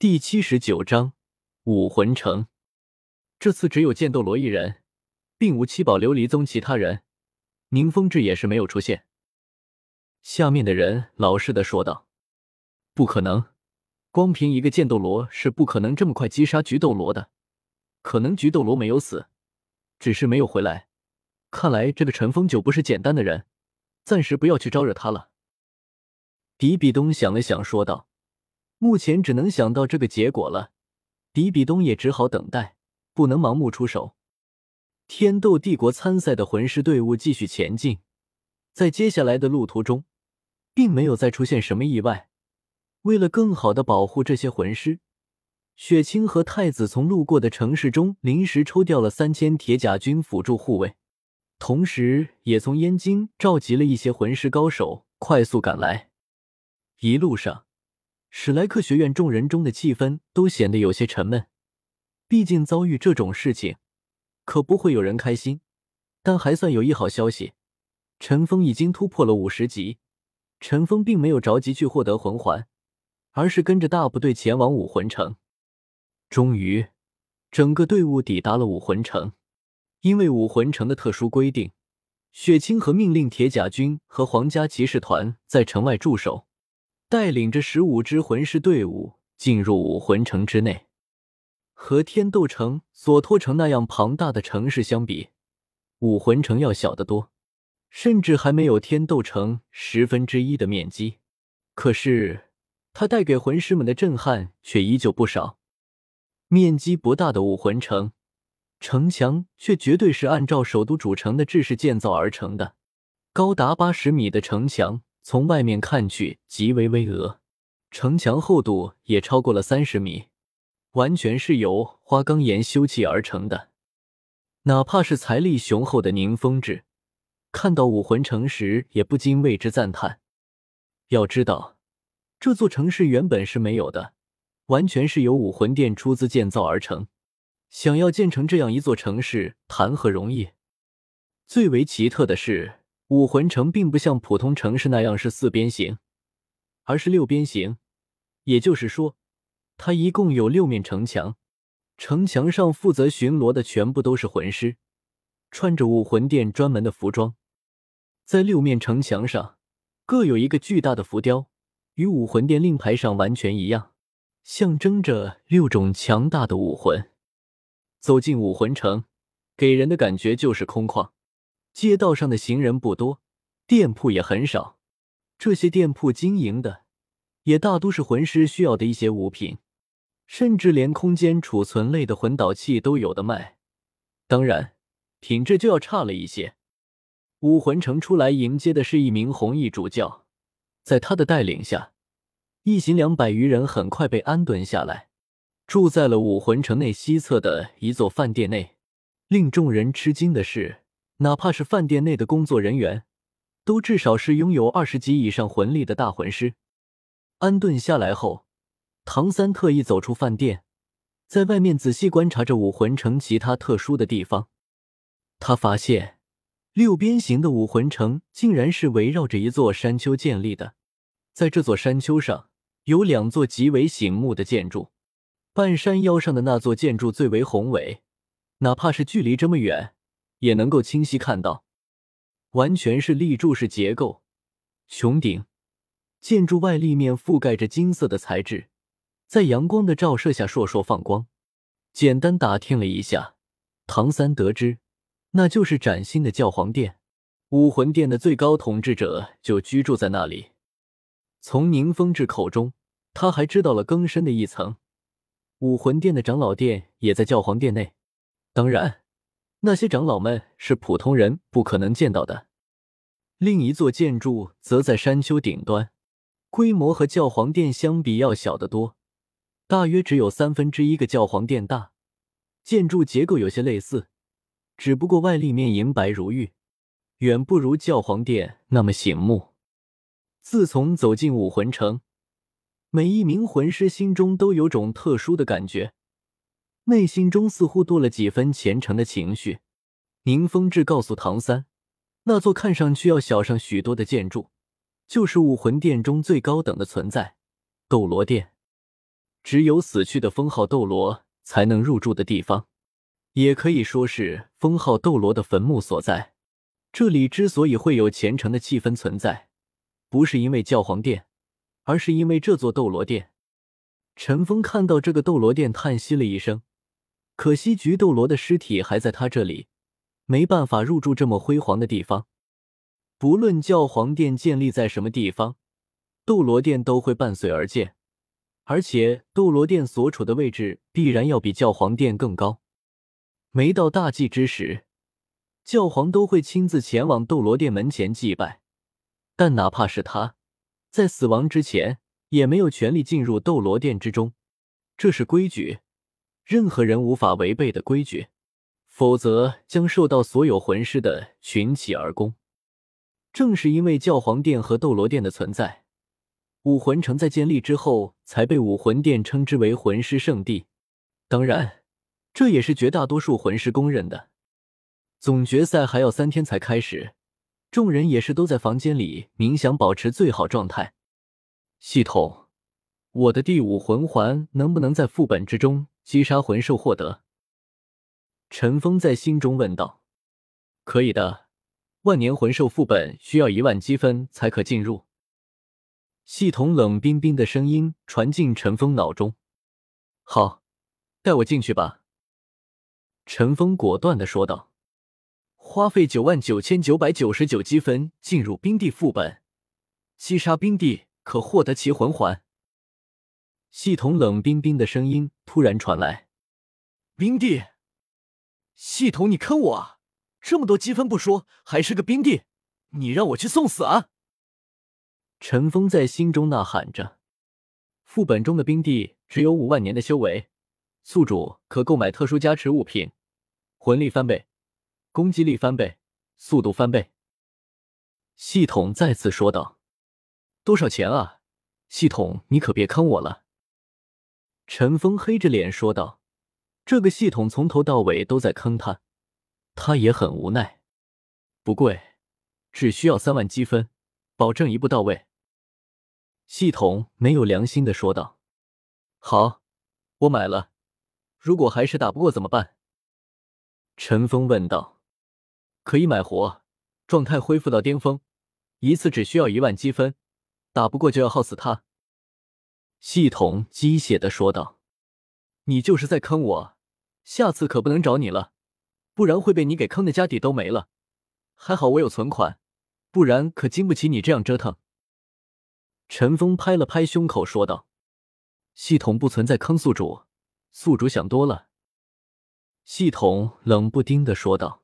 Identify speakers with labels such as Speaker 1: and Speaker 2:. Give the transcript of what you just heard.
Speaker 1: 第79章武魂城。这次只有剑斗罗一人，并无七宝琉璃宗其他人，宁风致也是没有出现。下面的人老实的说道：不可能，光凭一个剑斗罗是不可能这么快击杀菊斗罗的，可能菊斗罗没有死，只是没有回来。看来这个陈风九不是简单的人，暂时不要去招惹他了。比比东想了想说道，目前只能想到这个结果了，比比东也只好等待，不能盲目出手。天斗帝国参赛的魂师队伍继续前进，在接下来的路途中并没有再出现什么意外。为了更好地保护这些魂师，雪清和太子从路过的城市中临时抽调了3000铁甲军辅助护卫，同时也从燕京召集了一些魂师高手快速赶来。一路上史莱克学院众人中的气氛都显得有些沉闷，毕竟遭遇这种事情可不会有人开心。但还算有一好消息，陈峰已经突破了50级。陈峰并没有着急去获得魂环，而是跟着大部队前往武魂城。终于整个队伍抵达了武魂城。因为武魂城的特殊规定，雪清河命令铁甲军和皇家骑士团在城外驻守，带领着15支魂师队伍进入武魂城之内。和天斗城、索托城那样庞大的城市相比，武魂城要小得多，甚至还没有天斗城1/10的面积。可是它带给魂师们的震撼却依旧不少。面积不大的武魂城，城墙却绝对是按照首都主城的制式建造而成的，高达80米的城墙从外面看去极为巍峨，城墙厚度也超过了30米，完全是由花岗岩修砌而成的。哪怕是财力雄厚的宁风致，看到武魂城时也不禁为之赞叹。要知道，这座城市原本是没有的，完全是由武魂殿出资建造而成。想要建成这样一座城市，谈何容易。最为奇特的是，武魂城并不像普通城市那样是4边形，而是6边形，也就是说，它一共有6面城墙，城墙上负责巡逻的全部都是魂师，穿着武魂殿专门的服装。在6面城墙上各有一个巨大的浮雕，与武魂殿令牌上完全一样，象征着6种强大的武魂。走进武魂城，给人的感觉就是空旷，街道上的行人不多，店铺也很少。这些店铺经营的也大都是魂师需要的一些物品，甚至连空间储存类的魂导器都有的卖。当然，品质就要差了一些。武魂城出来迎接的是一名红衣主教，在他的带领下，一行200余人很快被安顿下来，住在了武魂城内西侧的一座饭店内。令众人吃惊的是，哪怕是饭店内的工作人员，都至少是拥有20级以上魂力的大魂师。安顿下来后，唐三特意走出饭店，在外面仔细观察着武魂城其他特殊的地方。他发现6边形的武魂城竟然是围绕着一座山丘建立的，在这座山丘上有2座极为醒目的建筑，半山腰上的那座建筑最为宏伟，哪怕是距离这么远也能够清晰看到，完全是立柱式结构，穹顶，建筑外立面覆盖着金色的材质，在阳光的照射下烁烁放光。简单打听了一下，唐三得知那就是崭新的教皇殿，武魂殿的最高统治者就居住在那里。从宁风致口中，他还知道了更深的一层，武魂殿的长老殿也在教皇殿内，当然那些长老们是普通人不可能见到的。另一座建筑则在山丘顶端，规模和教皇殿相比要小得多，大约只有1/3个教皇殿大，建筑结构有些类似，只不过外立面银白如玉，远不如教皇殿那么醒目。自从走进武魂城，每一名魂师心中都有种特殊的感觉，内心中似乎多了几分虔诚的情绪。宁风致告诉唐三，那座看上去要小上许多的建筑，就是武魂殿中最高等的存在——斗罗殿。 只有死去的封号斗罗才能入住的地方，也可以说是封号斗罗的坟墓所在。这里之所以会有虔诚的气氛存在，不是因为教皇殿，而是因为这座斗罗殿。陈峰看到这个斗罗殿，叹息了一声，可惜菊斗罗的尸体还在他这里，没办法入住这么辉煌的地方。不论教皇殿建立在什么地方，斗罗殿都会伴随而建，而且斗罗殿所处的位置必然要比教皇殿更高。每到大祭之时，教皇都会亲自前往斗罗殿门前祭拜，但哪怕是他，在死亡之前也没有权利进入斗罗殿之中，这是规矩，任何人无法违背的规矩，否则将受到所有魂师的群起而攻。正是因为教皇殿和斗罗殿的存在，武魂城在建立之后才被武魂殿称之为魂师圣地。当然，这也是绝大多数魂师公认的。总决赛还要3天才开始，众人也是都在房间里冥想，保持最好状态。系统，我的第5魂环能不能在副本之中击杀魂兽获得？陈峰在心中问道。可以的，万年魂兽副本需要1万积分才可进入。系统冷冰冰的声音传进陈峰脑中。好，带我进去吧。陈峰果断地说道。花费99999积分进入冰帝副本，击杀冰帝可获得其魂环。系统冷冰冰的声音突然传来。冰帝？系统你坑我啊！这么多积分不说，还是个冰帝，你让我去送死啊！陈峰在心中呐喊着。副本中的冰帝只有5万年的修为，宿主可购买特殊加持物品，魂力翻倍，攻击力翻倍，速度翻倍。系统再次说道。多少钱啊？系统你可别坑我了。陈峰黑着脸说道。这个系统从头到尾都在坑他，他也很无奈。不贵，只需要3万积分，保证一步到位。系统没有良心地说道。好，我买了。如果还是打不过怎么办？陈峰问道。可以买活，状态恢复到巅峰，一次只需要1万积分，打不过就要耗死他。系统机械地说道。你就是在坑我，下次可不能找你了，不然会被你给坑的家底都没了。还好我有存款，不然可经不起你这样折腾。陈峰拍了拍胸口说道。系统不存在坑宿主，宿主想多了。系统冷不丁地说道。